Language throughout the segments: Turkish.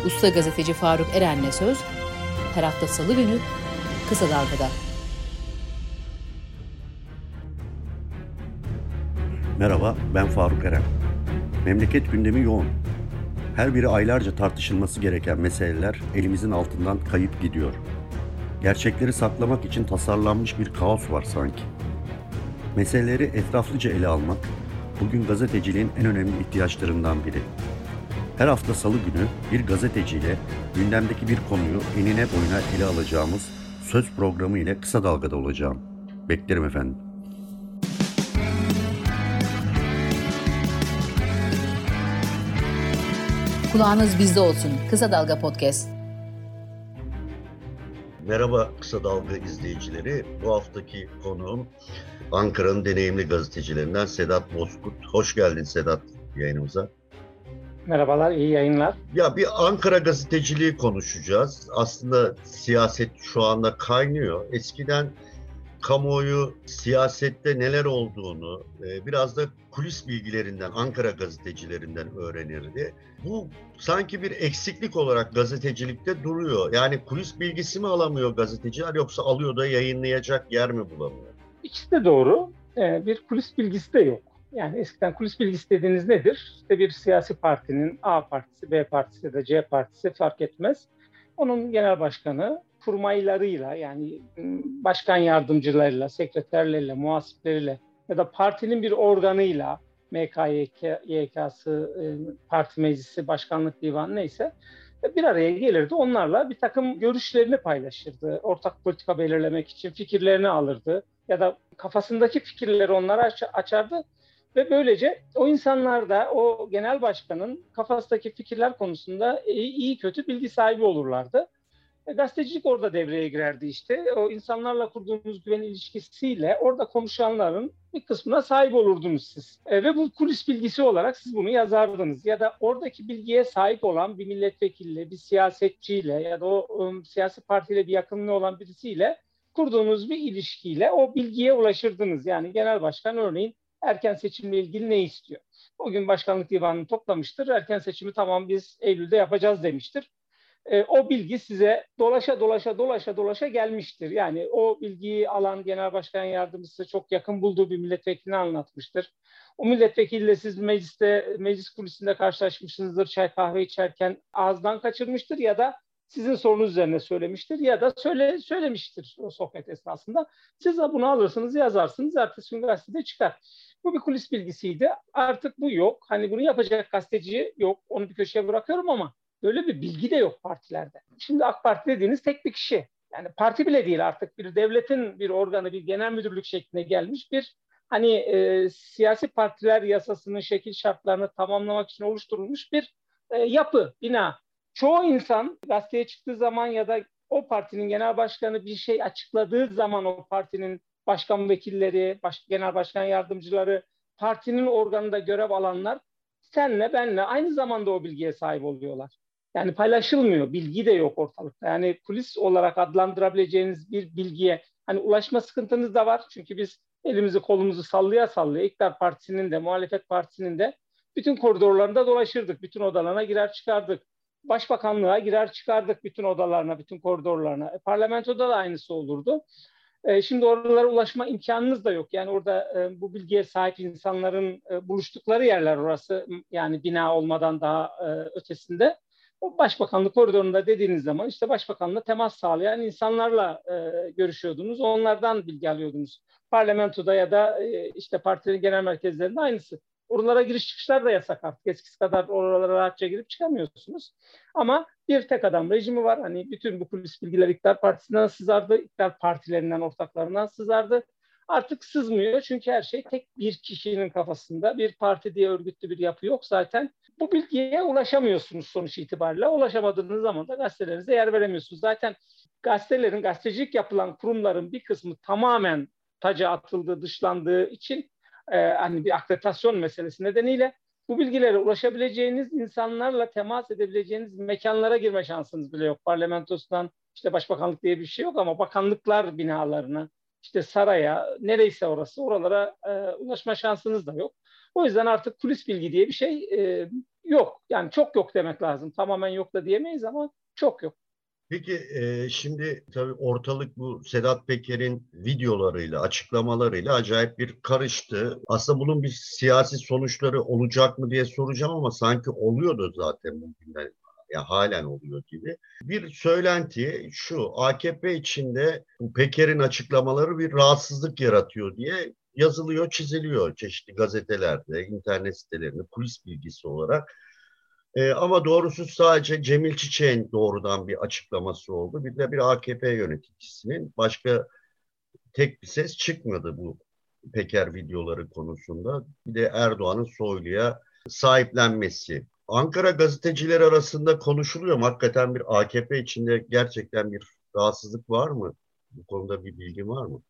Usta gazeteci Faruk Eren'le söz, her hafta Salı günü Kısa Dalga'da. Merhaba, ben Faruk Eren. Memleket gündemi yoğun. Her biri aylarca tartışılması gereken meseleler elimizin altından kayıp gidiyor. Gerçekleri saklamak için tasarlanmış bir kaos var sanki. Meseleleri etraflıca ele almak, bugün gazeteciliğin en önemli ihtiyaçlarından biri. Her hafta Salı günü bir gazeteciyle gündemdeki bir konuyu enine boyuna ele alacağımız söz programı ile Kısa Dalga'da olacağım. Beklerim efendim. Kulağınız bizde olsun. Kısa Dalga Podcast. Merhaba Kısa Dalga izleyicileri. Bu haftaki konuğum Ankara'nın deneyimli gazetecilerinden Sedat Bozkurt. Hoş geldin Sedat yayınımıza. Merhabalar, iyi yayınlar. Ya bir Ankara gazeteciliği konuşacağız. Aslında siyaset şu anda kaynıyor. Eskiden kamuoyu siyasette neler olduğunu biraz da kulis bilgilerinden, Ankara gazetecilerinden öğrenirdi. Bu sanki bir eksiklik olarak gazetecilikte duruyor. Yani kulis bilgisi mi alamıyor gazeteciler yoksa alıyor da yayınlayacak yer mi bulamıyor? İkisi de doğru. Bir kulis bilgisi de yok. Yani eskiden kulis bilgisi dediğiniz nedir? İşte bir siyasi partinin A partisi, B partisi ya da C partisi fark etmez. Onun genel başkanı kurmaylarıyla, yani başkan yardımcılarıyla, sekreterleriyle, muhasipleriyle ya da partinin bir organıyla, MKYK, YK'sı, parti meclisi, başkanlık divanı neyse bir araya gelirdi. Onlarla bir takım görüşlerini paylaşırdı. Ortak politika belirlemek için fikirlerini alırdı ya da kafasındaki fikirleri onlara açardı. Ve böylece o insanlar da o genel başkanın kafasındaki fikirler konusunda iyi kötü bilgi sahibi olurlardı. Gazetecilik orada devreye girerdi işte. O insanlarla kurduğunuz güven ilişkisiyle orada konuşanların bir kısmına sahip olurdunuz siz. Ve bu kulis bilgisi olarak siz bunu yazardınız. Ya da oradaki bilgiye sahip olan bir milletvekiliyle, bir siyasetçiyle ya da o siyasi partiyle bir yakınlığı olan birisiyle kurduğunuz bir ilişkiyle o bilgiye ulaşırdınız. Yani genel başkan örneğin erken seçimle ilgili ne istiyor? O gün başkanlık divanını toplamıştır. Erken seçimi tamam biz Eylül'de yapacağız demiştir. O bilgi size dolaşa gelmiştir. Yani o bilgiyi alan genel başkan yardımcısı çok yakın bulduğu bir milletvekiline anlatmıştır. O milletvekiliyle siz meclis kulisinde karşılaşmışsınızdır, çay kahve içerken ağızdan kaçırmıştır ya da sizin sorunuz üzerine söylemiştir ya da söylemiştir o sohbet esnasında. Siz de bunu alırsınız, yazarsınız, ertesi gün gazetede çıkar. Bu bir kulis bilgisiydi. Artık bu yok. Hani bunu yapacak gazeteci yok. Onu bir köşeye bırakıyorum ama böyle bir bilgi de yok partilerde. Şimdi AK Parti dediğiniz tek bir kişi. Yani parti bile değil artık, bir devletin bir organı, bir genel müdürlük şekline gelmiş bir siyasi partiler yasasının şekil şartlarını tamamlamak için oluşturulmuş bir yapı, bina. Çoğu insan gazeteye çıktığı zaman ya da o partinin genel başkanı bir şey açıkladığı zaman o partinin başkan vekilleri, genel başkan yardımcıları, partinin organında görev alanlar senle benle aynı zamanda o bilgiye sahip oluyorlar. Yani paylaşılmıyor, bilgi de yok ortalıkta. Yani kulis olarak adlandırabileceğiniz bir bilgiye hani ulaşma sıkıntınız da var. Çünkü biz elimizi kolumuzu sallaya sallaya iktidar partisinin de muhalefet partisinin de bütün koridorlarında dolaşırdık. Bütün odalarına girer çıkardık. Başbakanlığa girer çıkardık bütün odalarına, bütün koridorlarına. Parlamentoda da aynısı olurdu. Şimdi oralara ulaşma imkanınız da yok. Yani orada bu bilgiye sahip insanların buluştukları yerler orası. Yani bina olmadan daha ötesinde. O başbakanlık koridorunda dediğiniz zaman işte başbakanla temas sağlayan insanlarla görüşüyordunuz. Onlardan bilgi alıyordunuz. Parlamentoda ya da işte partilerin genel merkezlerinde aynısı. Oralara giriş çıkışlar da yasak artık. Eskisi kadar oralara rahatça girip çıkamıyorsunuz. Ama bir tek adam rejimi var. Hani bütün bu kulis bilgiler iktidar partisinden sızardı. İktidar partilerinden, ortaklarından sızardı. Artık sızmıyor çünkü her şey tek bir kişinin kafasında. Bir parti diye örgütlü bir yapı yok zaten. Bu bilgiye ulaşamıyorsunuz sonuç itibariyle. Ulaşamadığınız zaman da gazetelerinize yer veremiyorsunuz. Zaten gazetelerin, gazetecilik yapılan kurumların bir kısmı tamamen taca atıldığı, dışlandığı için hani bir akreditasyon meselesi nedeniyle bu bilgilere ulaşabileceğiniz, insanlarla temas edebileceğiniz mekanlara girme şansınız bile yok. Parlamentosundan işte başbakanlık diye bir şey yok ama bakanlıklar binalarına, işte saraya, nereyse orası, oralara ulaşma şansınız da yok. O yüzden artık kulis bilgi diye bir şey yok. Yani çok yok demek lazım. Tamamen yok da diyemeyiz ama çok yok. Peki şimdi tabii ortalık bu Sedat Peker'in videolarıyla, açıklamalarıyla acayip bir karıştı. Aslında bunun bir siyasi sonuçları olacak mı diye soracağım ama sanki oluyordu zaten bugünler. Ya halen oluyor gibi. Bir söylenti şu, AKP içinde bu Peker'in açıklamaları bir rahatsızlık yaratıyor diye yazılıyor, çiziliyor çeşitli gazetelerde, internet sitelerinde kulis bilgisi olarak. Ama doğrusu sadece Cemil Çiçek'in doğrudan bir açıklaması oldu. Bir de bir AKP yöneticisinin başka tek bir ses çıkmadı bu Peker videoları konusunda. Bir de Erdoğan'ın Soylu'ya sahiplenmesi. Ankara gazetecileri arasında konuşuluyor mu? Hakikaten bir AKP içinde gerçekten bir rahatsızlık var mı? Bu konuda bir bilgi var mı?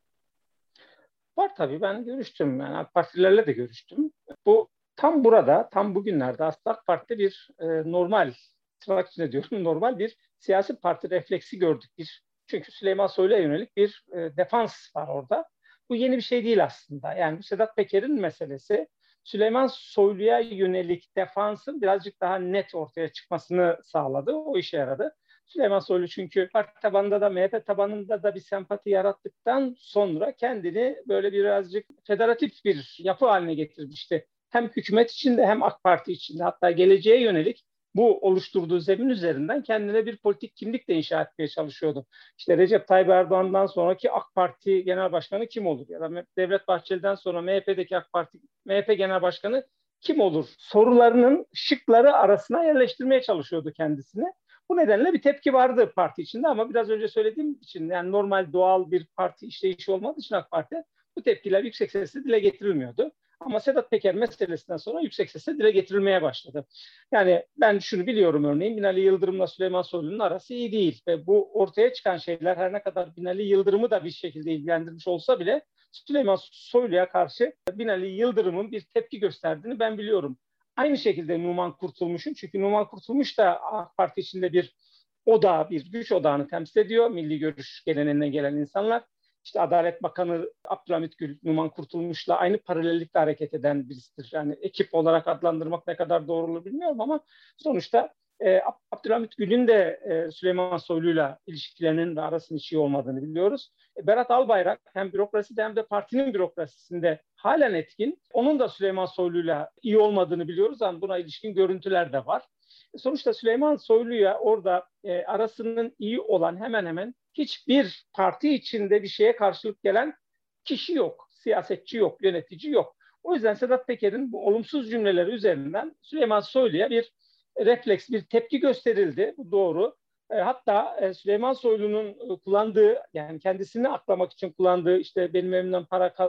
Var tabii, ben görüştüm. Yani AK Partililerle de görüştüm. Bu tam burada, tam bugünlerde aslında AK Parti'de bir normal, tırnak içinde diyorum, normal bir siyasi parti refleksi gördük. Çünkü Süleyman Soylu'ya yönelik bir defans var orada. Bu yeni bir şey değil aslında. Yani bu Sedat Peker'in meselesi. Süleyman Soylu'ya yönelik defansın birazcık daha net ortaya çıkmasını sağladı. O işe yaradı. Süleyman Soylu çünkü parti tabanında da MHP tabanında da bir sempati yarattıktan sonra kendini böyle birazcık federatif bir yapı haline getirmişti. Hem hükümet içinde hem AK Parti içinde, hatta geleceğe yönelik bu oluşturduğu zemin üzerinden kendine bir politik kimlik de inşa etmeye çalışıyordu. İşte Recep Tayyip Erdoğan'dan sonraki AK Parti Genel Başkanı kim olur? Ya da Devlet Bahçeli'den sonra MHP'deki AK Parti MHP Genel Başkanı kim olur? Sorularının şıkları arasına yerleştirmeye çalışıyordu kendisini. Bu nedenle bir tepki vardı parti içinde ama biraz önce söylediğim için, yani normal doğal bir parti işleyişi olmadığı için AK Parti bu tepkiler yüksek sesle dile getirilmiyordu. Ama Sedat Peker meselesinden sonra yüksek sesle dile getirilmeye başladı. Yani ben şunu biliyorum, örneğin Binali Yıldırım'la Süleyman Soylu'nun arası iyi değil. Ve bu ortaya çıkan şeyler her ne kadar Binali Yıldırım'ı da bir şekilde ilgilendirmiş olsa bile Süleyman Soylu'ya karşı Binali Yıldırım'ın bir tepki gösterdiğini ben biliyorum. Aynı şekilde Numan Kurtulmuş'un, çünkü Numan Kurtulmuş da AK Parti içinde bir odağı, bir güç odağını temsil ediyor. Milli görüş geleneğinden gelen insanlar. İşte Adalet Bakanı Abdülhamit Gül, Numan Kurtulmuş'la aynı paralellikle hareket eden birisidir. Yani ekip olarak adlandırmak ne kadar doğru olur bilmiyorum ama sonuçta Abdülhamit Gül'ün de Süleyman Soylu'yla ilişkilerinin ve arasının hiç iyi olmadığını biliyoruz. Berat Albayrak hem bürokraside hem de partinin bürokrasisinde halen etkin. Onun da Süleyman Soylu'yla iyi olmadığını biliyoruz ama buna ilişkin görüntüler de var. Sonuçta Süleyman Soylu'ya orada arasının iyi olan hemen hemen hiçbir parti içinde bir şeye karşılık gelen kişi yok, siyasetçi yok, yönetici yok. O yüzden Sedat Peker'in bu olumsuz cümleleri üzerinden Süleyman Soylu'ya bir refleks, bir tepki gösterildi. Bu doğru. Hatta Süleyman Soylu'nun kullandığı, yani kendisini aklamak için kullandığı, işte benim evimden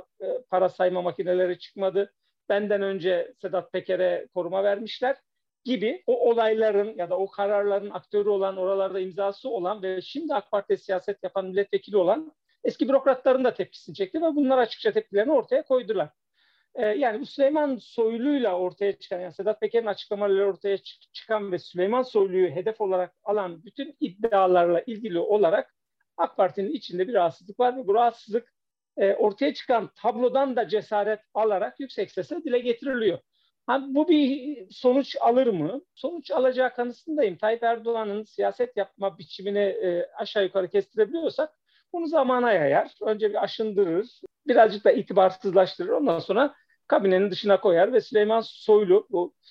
para sayma makineleri çıkmadı, benden önce Sedat Peker'e koruma vermişler gibi o olayların ya da o kararların aktörü olan, oralarda imzası olan ve şimdi AK Parti'de siyaset yapan, milletvekili olan eski bürokratların da tepkisini çekti ve bunlar açıkça tepkilerini ortaya koydular. Yani bu Süleyman Soylu'yla ortaya çıkan, yani Sedat Peker'in açıklamalarıyla ortaya çıkan ve Süleyman Soylu'yu hedef olarak alan bütün iddialarla ilgili olarak AK Parti'nin içinde bir rahatsızlık var ve bu rahatsızlık ortaya çıkan tablodan da cesaret alarak yüksek sesle dile getiriliyor. Bu bir sonuç alır mı? Sonuç alacağı kanısındayım. Tayyip Erdoğan'ın siyaset yapma biçimini aşağı yukarı kestirebiliyorsak bunu zamana yayar. Önce bir aşındırır, birazcık da itibarsızlaştırır. Ondan sonra kabinenin dışına koyar ve Süleyman Soylu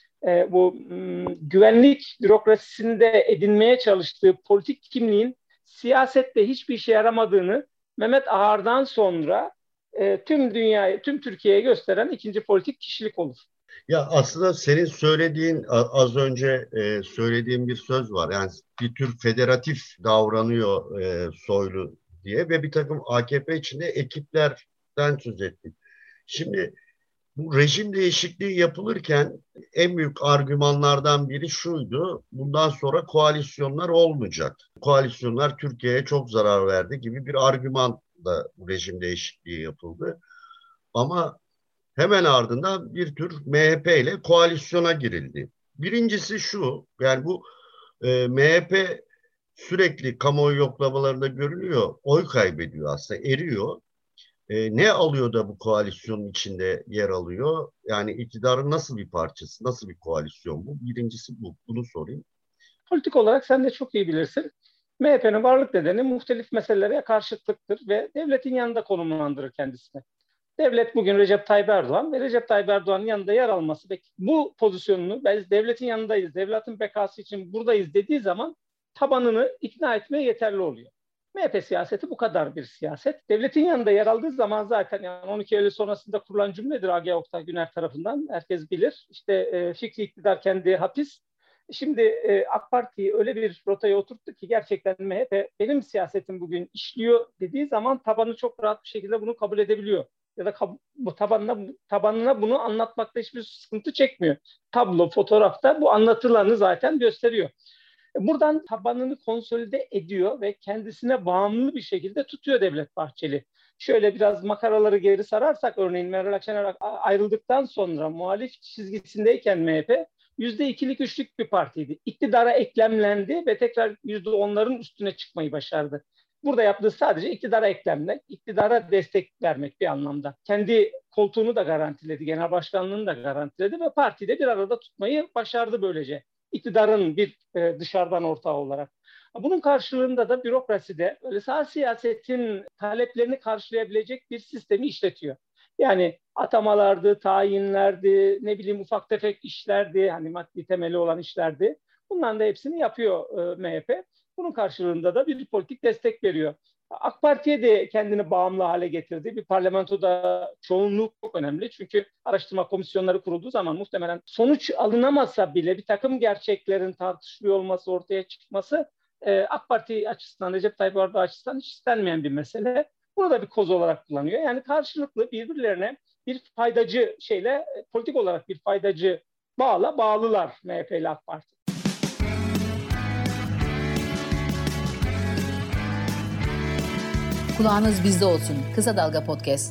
bu güvenlik bürokrasisinde edinmeye çalıştığı politik kimliğin siyasette hiçbir işe yaramadığını Mehmet Ağar'dan sonra tüm dünyaya, tüm Türkiye'ye gösteren ikinci politik kişilik olur. Ya aslında senin söylediğin az önce söylediğin bir söz var. Yani bir tür federatif davranıyor Soylu diye ve bir takım AKP içinde ekiplerden söz ettik. Şimdi bu rejim değişikliği yapılırken en büyük argümanlardan biri şuydu. Bundan sonra koalisyonlar olmayacak. Koalisyonlar Türkiye'ye çok zarar verdi gibi bir argümanla rejim değişikliği yapıldı. Ama hemen ardından bir tür MHP ile koalisyona girildi. Birincisi şu, yani bu MHP sürekli kamuoyu yoklamalarında görülüyor, oy kaybediyor aslında, eriyor. Ne alıyor da bu koalisyonun içinde yer alıyor? Yani iktidarın nasıl bir parçası, nasıl bir koalisyon bu? Birincisi bu. Bunu sorayım. Politik olarak sen de çok iyi bilirsin. MHP'nin varlık nedeni muhtelif meselelere karşıtlıktır ve devletin yanında konumlandırır kendisini. Devlet bugün Recep Tayyip Erdoğan ve Recep Tayyip Erdoğan'ın yanında yer alması ve bu pozisyonunu biz devletin yanındayız, devletin bekası için buradayız dediği zaman tabanını ikna etmeye yeterli oluyor. MHP siyaseti bu kadar bir siyaset. Devletin yanında yer aldığı zaman zaten yani 12 Eylül sonrasında kurulan cümledir AG Oktay Güner tarafından. Herkes bilir. İşte fikri iktidar kendi hapis. Şimdi AK Parti'yi öyle bir rotaya oturttu ki gerçekten MHP benim siyasetim bugün işliyor dediği zaman tabanı çok rahat bir şekilde bunu kabul edebiliyor ya da bu tabanına bunu anlatmakta hiçbir sıkıntı çekmiyor. Tablo, fotoğrafta bu anlatılanı zaten gösteriyor. Buradan tabanını konsolide ediyor ve kendisine bağımlı bir şekilde tutuyor Devlet Bahçeli. Şöyle biraz makaraları geri sararsak örneğin Meral Akşener ayrıldıktan sonra muhalif çizgisindeyken MHP %2'lik üçlük bir partiydi. İktidara eklemlendi ve tekrar %10'ların üstüne çıkmayı başardı. Burada yaptığı sadece iktidara eklemle, iktidara destek vermek bir anlamda. Kendi koltuğunu da garantiledi, genel başkanlığını da garantiledi ve partide bir arada tutmayı başardı böylece. İktidarın bir dışarıdan ortağı olarak. Bunun karşılığında da bürokraside öyle sağ siyasetin taleplerini karşılayabilecek bir sistemi işletiyor. Yani atamalardı, tayinlerdi, ne bileyim ufak tefek işlerdi, hani maddi temeli olan işlerdi. Bunların da hepsini yapıyor MHP. Bunun karşılığında da bir politik destek veriyor. AK Parti'ye de kendini bağımlı hale getirdi. Bir parlamentoda çoğunluk çok önemli. Çünkü araştırma komisyonları kurulduğu zaman muhtemelen sonuç alınamasa bile bir takım gerçeklerin tartışılıyor olması, ortaya çıkması AK Parti açısından, Recep Tayyip Erdoğan açısından hiç istenmeyen bir mesele. Bunu da bir koz olarak kullanıyor. Yani karşılıklı birbirlerine bir faydacı şeyle, politik olarak bir faydacı bağlılar MHP ile AK Parti. Kulağınız bizde olsun. Kısa Dalga Podcast.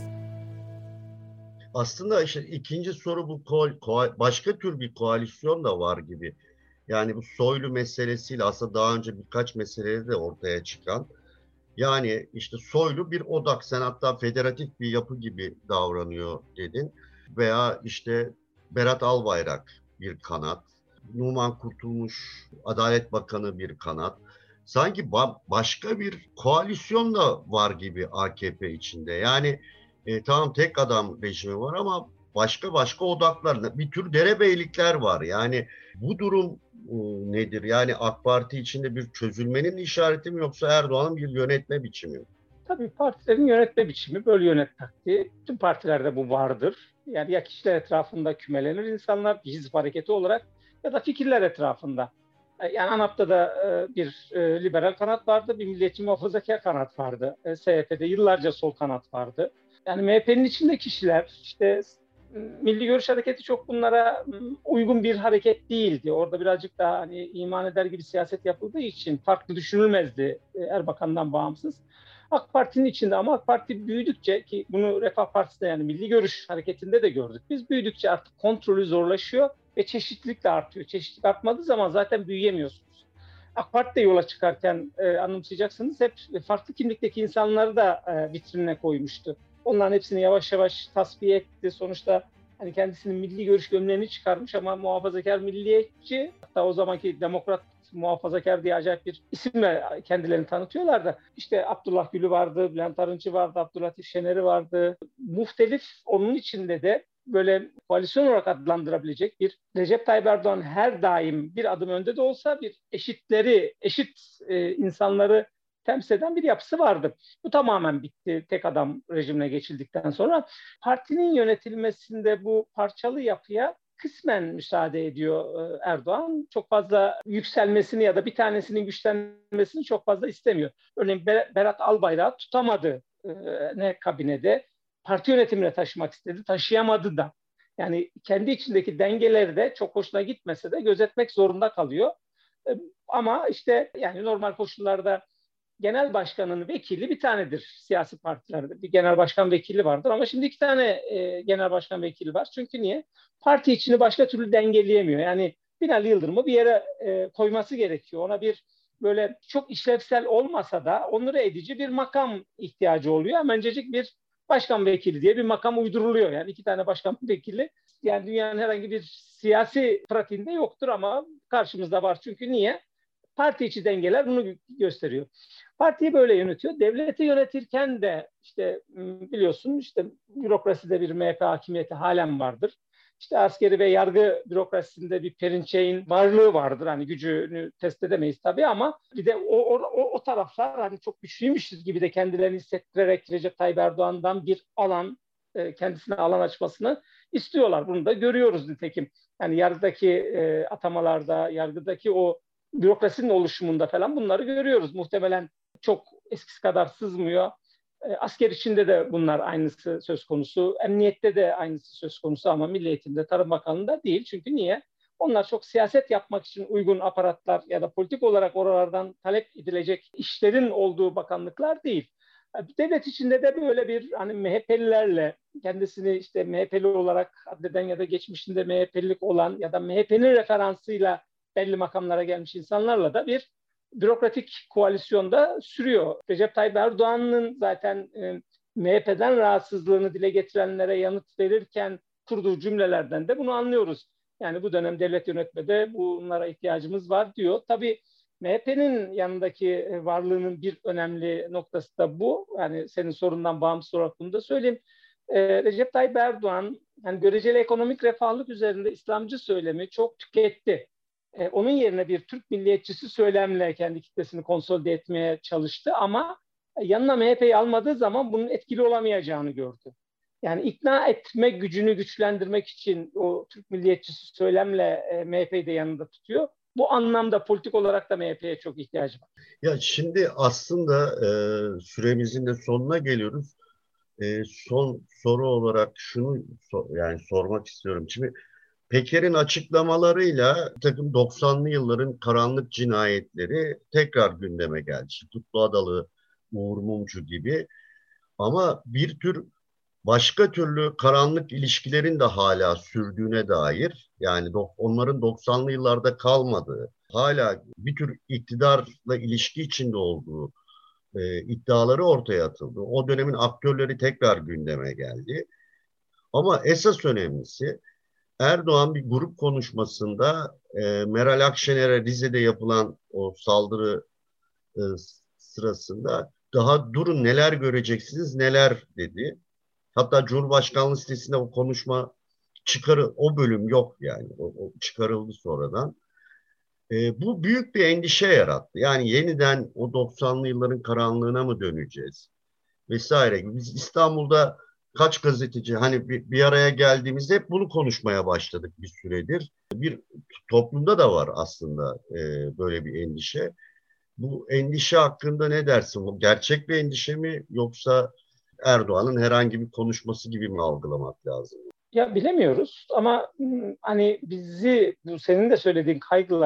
Aslında işte ikinci soru bu başka tür bir koalisyon da var gibi. Yani bu Soylu meselesiyle aslında daha önce birkaç meselede de ortaya çıkan. Yani işte Soylu bir odak, sen hatta federatif bir yapı gibi davranıyor dedin. Veya işte Berat Albayrak bir kanat, Numan Kurtulmuş Adalet Bakanı bir kanat. Sanki başka bir koalisyon da var gibi AKP içinde. Yani tamam tek adam rejimi var ama başka odaklar, bir tür derebeylikler var. Yani bu durum nedir? Yani AK Parti içinde bir çözülmenin işareti mi yoksa Erdoğan'ın bir yönetme biçimi mi? Tabii partilerin yönetme biçimi, böyle yönet taktiği. Tüm partilerde bu vardır. Yani ya kişiler etrafında kümelenir insanlar, bir hizip hareketi olarak ya da fikirler etrafında. Yani ANAP'ta da bir liberal kanat vardı, bir milliyetçi muhafazakar kanat vardı. SHP'de yıllarca sol kanat vardı. Yani MHP'nin içinde kişiler, işte Milli Görüş Hareketi çok bunlara uygun bir hareket değildi. Orada birazcık daha hani iman eder gibi siyaset yapıldığı için farklı düşünülmezdi Erbakan'dan bağımsız. AK Parti'nin içinde ama AK Parti büyüdükçe, ki bunu Refah Partisi'nde yani Milli Görüş Hareketi'nde de gördük. Biz büyüdükçe artık kontrolü zorlaşıyor ve çeşitlilik de artıyor. Çeşitlilik artmadığı zaman zaten büyüyemiyorsunuz. AK Parti de yola çıkarken anımsayacaksınız hep farklı kimlikteki insanları da vitrinine koymuştu. Onların hepsini yavaş yavaş tasfiye etti. Sonuçta hani kendisinin milli görüş gömleğini çıkarmış ama muhafazakar milliyetçi, hatta o zamanki demokrat muhafazakar diye acayip bir isimle kendilerini tanıtıyorlar da işte Abdullah Gül'ü vardı, Bülent Arınç'ı vardı, Abdülhatif Şener'i vardı. Muhtelif, onun içinde de böyle koalisyon olarak adlandırabilecek bir Recep Tayyip Erdoğan her daim bir adım önde de olsa bir eşit insanları temsil eden bir yapısı vardı. Bu tamamen bitti tek adam rejimine geçildikten sonra. Partinin yönetilmesinde bu parçalı yapıya kısmen müsaade ediyor Erdoğan. Çok fazla yükselmesini ya da bir tanesinin güçlenmesini çok fazla istemiyor. Örneğin Berat Albayrak tutamadı ne kabinede. Parti yönetimine taşımak istedi, taşıyamadı da. Yani kendi içindeki dengeleri de çok hoşuna gitmese de gözetmek zorunda kalıyor. Ama işte yani normal koşullarda genel başkanın vekili bir tanedir siyasi partilerde. Bir genel başkan vekili vardır ama şimdi 2 tane genel başkan vekili var. Çünkü niye? Parti içini başka türlü dengeleyemiyor. Yani Binali Yıldırım'ı bir yere koyması gerekiyor. Ona bir böyle çok işlevsel olmasa da onuru edici bir makam ihtiyacı oluyor. Hemencecik bir başkan vekili diye bir makam uyduruluyor. Yani 2 tane başkan vekili. Yani dünyanın herhangi bir siyasi pratiğinde yoktur ama karşımızda var. Çünkü niye? Parti içi dengeler bunu gösteriyor. Partiyi böyle yönetiyor. Devleti yönetirken de işte biliyorsun işte bürokraside bir MHP hakimiyeti halen vardır. İşte askeri ve yargı bürokrasisinde bir perinçeğin varlığı vardır. Hani gücünü test edemeyiz tabii ama bir de o taraflar hani çok güçlüymüşüz gibi de kendilerini hissettirerek Recep Tayyip Erdoğan'dan bir alan, kendisine alan açmasını istiyorlar. Bunu da görüyoruz nitekim. Yani yargıdaki atamalarda, yargıdaki o bürokrasinin oluşumunda falan bunları görüyoruz. Muhtemelen çok eskisi kadar sızmıyor. Asker içinde de bunlar aynısı söz konusu. Emniyette de aynısı söz konusu ama Milli Eğitim'de, Tarım Bakanlığı'nda değil. Çünkü niye? Onlar çok siyaset yapmak için uygun aparatlar ya da politik olarak oralardan talep edilecek işlerin olduğu bakanlıklar değil. Devlet içinde de böyle bir hani MHP'lilerle kendisini işte MHP'li olarak addeden ya da geçmişinde MHP'lilik olan ya da MHP'nin referansıyla belli makamlara gelmiş insanlarla da bir bürokratik koalisyonda sürüyor. Recep Tayyip Erdoğan'ın zaten MHP'den rahatsızlığını dile getirenlere yanıt verirken kurduğu cümlelerden de bunu anlıyoruz. Yani bu dönem devlet yönetmede bunlara ihtiyacımız var diyor. Tabii MHP'nin yanındaki varlığının bir önemli noktası da bu. Yani senin sorundan bağımsız olarak bunu da söyleyeyim. Recep Tayyip Erdoğan yani göreceli ekonomik refahlık üzerinde İslamcı söylemi çok tüketti. Onun yerine bir Türk milliyetçisi söylemle kendi kitlesini konsolide etmeye çalıştı ama yanına MHP'yi almadığı zaman bunun etkili olamayacağını gördü. Yani ikna etme gücünü güçlendirmek için o Türk milliyetçisi söylemle MHP'yi de yanında tutuyor. Bu anlamda politik olarak da MHP'ye çok ihtiyacı var. Ya şimdi aslında süremizin de sonuna geliyoruz. Son soru olarak şunu yani sormak istiyorum. Şimdi Peker'in açıklamalarıyla bir takım 90'lı yılların karanlık cinayetleri tekrar gündeme geldi. Kutlu Adalı, Uğur Mumcu gibi. Ama bir tür başka türlü karanlık ilişkilerin de hala sürdüğüne dair, yani onların 90'lı yıllarda kalmadığı, hala bir tür iktidarla ilişki içinde olduğu iddiaları ortaya atıldı. O dönemin aktörleri tekrar gündeme geldi. Ama esas önemlisi Erdoğan bir grup konuşmasında Meral Akşener'e Rize'de yapılan o saldırı e, sırasında daha durun neler göreceksiniz neler dedi. Hatta Cumhurbaşkanlığı sitesinde o konuşma o bölüm yok yani. O çıkarıldı sonradan. Bu büyük bir endişe yarattı. Yani yeniden o 90'lı yılların karanlığına mı döneceğiz? Vesaire gibi. Biz İstanbul'da kaç gazeteci hani bir araya geldiğimizde hep bunu konuşmaya başladık bir süredir. Bir toplumda da var aslında böyle bir endişe. Bu endişe hakkında ne dersin? Bu gerçek bir endişe mi yoksa Erdoğan'ın herhangi bir konuşması gibi mi algılamak lazım? Ya bilemiyoruz ama hani bizi bu senin de söylediğin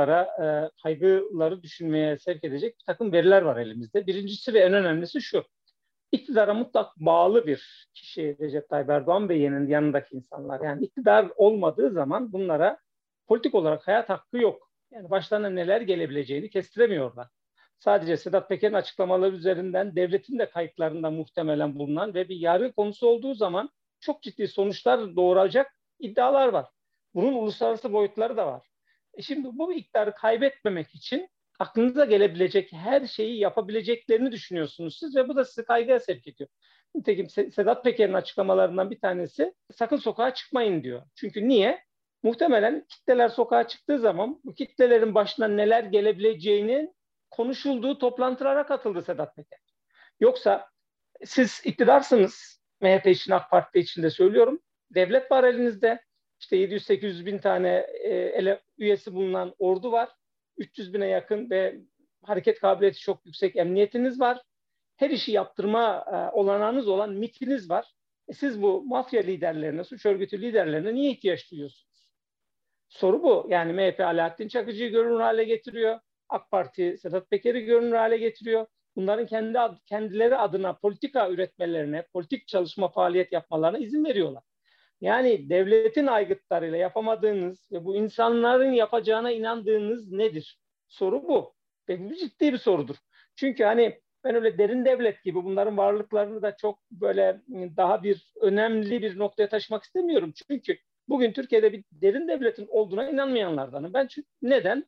kaygıları düşünmeye sevk edecek bir takım veriler var elimizde. Birincisi ve en önemlisi şu. İktidara mutlak bağlı bir kişi Recep Tayyip Erdoğan ve yanındaki insanlar. Yani iktidar olmadığı zaman bunlara politik olarak hayat hakkı yok. Yani başlarına neler gelebileceğini kestiremiyorlar. Sadece Sedat Peker'in açıklamaları üzerinden devletin de kayıtlarında muhtemelen bulunan ve bir yargı konusu olduğu zaman çok ciddi sonuçlar doğuracak iddialar var. Bunun uluslararası boyutları da var. Şimdi bu iktidarı kaybetmemek için aklınıza gelebilecek her şeyi yapabileceklerini düşünüyorsunuz siz ve bu da sizi kaygıya sevk ediyor. Nitekim Sedat Peker'in açıklamalarından bir tanesi sakın sokağa çıkmayın diyor. Çünkü niye? Muhtemelen kitleler sokağa çıktığı zaman bu kitlelerin başına neler gelebileceğinin konuşulduğu toplantılara katıldı Sedat Peker. Yoksa siz iktidarsınız, MHP için, AK Parti için de söylüyorum. Devlet var elinizde. İşte 700-800 bin tane üyesi bulunan ordu var. 300 bine yakın ve hareket kabiliyeti çok yüksek emniyetiniz var. Her işi yaptırma olanağınız olan MİT'iniz var. Siz bu mafya liderlerine, suç örgütü liderlerine niye ihtiyaç duyuyorsunuz? Soru bu. Yani MHP Alaaddin Çakıcı'yı görünür hale getiriyor. AK Parti Sedat Peker'i görünür hale getiriyor. Bunların kendileri adına politika üretmelerine, politik çalışma faaliyet yapmalarına izin veriyorlar. Yani devletin aygıtlarıyla yapamadığınız ve bu insanların yapacağına inandığınız nedir? Soru bu. Ve bu ciddi bir sorudur. Çünkü hani Ben öyle derin devlet gibi bunların varlıklarını da çok böyle daha bir önemli bir noktaya taşımak istemiyorum. Çünkü bugün Türkiye'de bir derin devletin olduğuna inanmayanlardanım. Ben çünkü neden?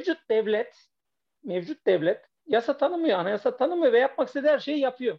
Mevcut devlet yasa tanımıyor, anayasa tanımıyor ve yapmak istediği her şeyi yapıyor.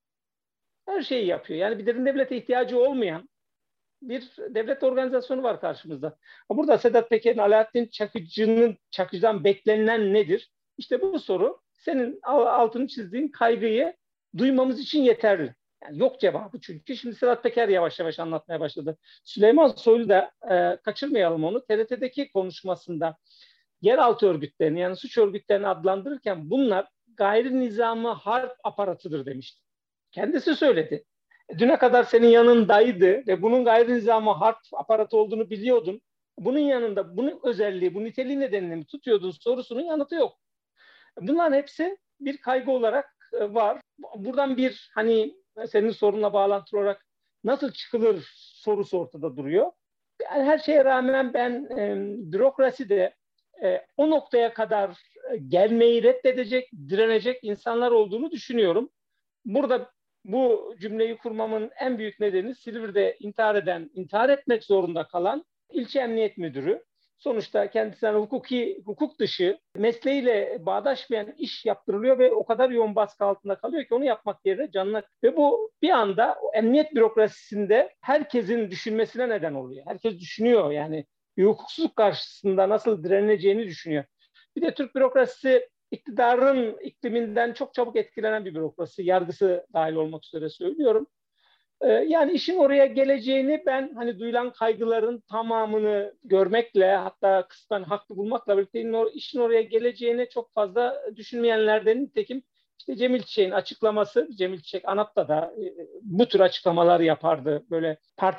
Her şeyi yapıyor. Yani bir derin devlete ihtiyacı olmayan bir devlet organizasyonu var karşımızda. Burada Sedat Peker'in, Alaaddin Çakıcı'dan beklenen nedir? İşte bu soru senin altını çizdiğin kaygıyı duymamız için yeterli. Yani yok cevabı çünkü. Şimdi Sedat Peker yavaş yavaş anlatmaya başladı. Süleyman Soylu da kaçırmayalım onu. TRT'deki konuşmasında yeraltı örgütlerini yani suç örgütlerini adlandırırken bunlar gayri nizami harp aparatıdır demişti. Kendisi söyledi. Düne kadar senin yanındaydı ve bunun gayri nizami harp aparatı olduğunu biliyordun. Bunun yanında bunun özelliği, bu niteliği nedeniyle mi tutuyordun sorusunun yanıtı yok. Bunların hepsi bir kaygı olarak var. Buradan bir hani senin sorunla bağlantılı olarak nasıl çıkılır sorusu ortada duruyor. Yani her şeye rağmen ben bürokraside o noktaya kadar gelmeyi reddedecek, direnecek insanlar olduğunu düşünüyorum. Burada bu cümleyi kurmamın en büyük nedeni Silivri'de intihar etmek zorunda kalan ilçe emniyet müdürü. Sonuçta kendisine hukuk dışı mesleğiyle bağdaşmayan iş yaptırılıyor ve o kadar yoğun baskı altında kalıyor ki onu yapmak yerine canına. Ve bu bir anda emniyet bürokrasisinde herkesin düşünmesine neden oluyor. Herkes düşünüyor yani bir hukuksuzluk karşısında nasıl direnileceğini düşünüyor. Bir de Türk bürokrasisi iktidarın ikliminden çok çabuk etkilenen bir bürokrasi, yargısı dahil olmak üzere söylüyorum. Yani işin oraya geleceğini ben hani duyulan kaygıların tamamını görmekle hatta kısmen haklı bulmakla birlikte işin oraya geleceğini çok fazla düşünmeyenlerden nitekim işte Cemil Çiçek'in açıklaması, Cemil Çiçek ANAP'ta da bu tür açıklamalar yapardı. Böyle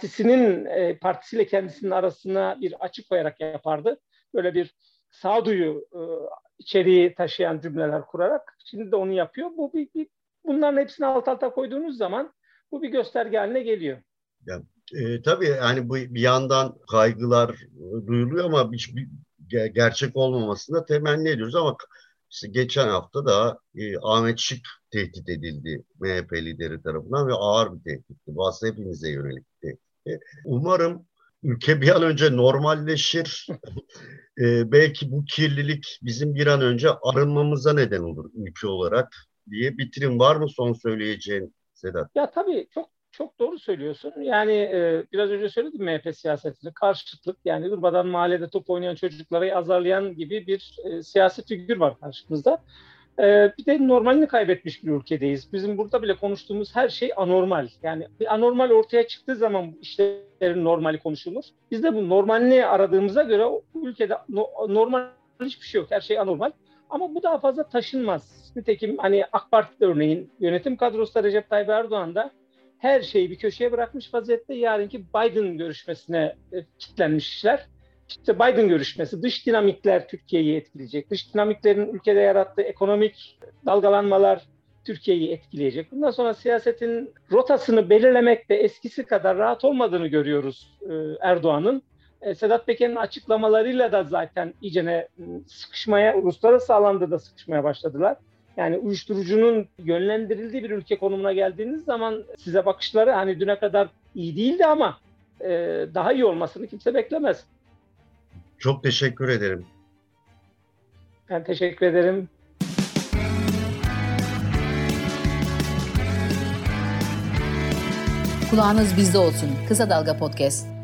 partisiyle kendisinin arasına bir açık koyarak yapardı. Böyle bir sağduyu içeriği taşıyan cümleler kurarak şimdi de onu yapıyor. Bunların hepsini alt alta koyduğunuz zaman bu bir gösterge haline geliyor. Ya, tabii yani bu bir yandan kaygılar duyuluyor ama hiçbir gerçek olmamasını da temenni ediyoruz ama işte geçen hafta da Ahmet Şık tehdit edildi MHP lideri tarafından ve ağır bir tehditti. Bu aslında hepimize yönelik bir tehditti. Umarım ülke bir an önce normalleşir. Belki bu kirlilik bizim bir an önce arınmamıza neden olur ülke olarak diye bitirim. Var mı son söyleyeceğin Sedat? Ya tabii çok doğru söylüyorsun. Yani biraz önce söyledim MHP siyasetinde karşıtlık yani durmadan mahallede top oynayan çocukları azarlayan gibi bir siyasi figür var karşımızda. Bir de normalini kaybetmiş bir ülkedeyiz. Bizim burada bile konuştuğumuz her şey anormal. Yani bir anormal ortaya çıktığı zaman işlerin normali konuşulur. Biz de bu normalini aradığımıza göre bu ülkede normal hiçbir şey yok. Her şey anormal. Ama bu daha fazla taşınmaz. Nitekim hani AK Parti'de örneğin yönetim kadrosu da Recep Tayyip Erdoğan da her şeyi bir köşeye bırakmış vaziyette yarınki Biden görüşmesine kilitlenmişler. İşte Biden görüşmesi, dış dinamikler Türkiye'yi etkileyecek. Dış dinamiklerin ülkede yarattığı ekonomik dalgalanmalar Türkiye'yi etkileyecek. Bundan sonra siyasetin rotasını belirlemekte eskisi kadar rahat olmadığını görüyoruz Erdoğan'ın. Sedat Peker'in açıklamalarıyla da zaten iyicene uluslararası alanda da sıkışmaya başladılar. Yani uyuşturucunun yönlendirildiği bir ülke konumuna geldiğiniz zaman size bakışları hani düne kadar iyi değildi ama daha iyi olmasını kimse beklemez. Çok teşekkür ederim. Ben teşekkür ederim. Kulağınız bizde olsun. Kısa Dalga Podcast.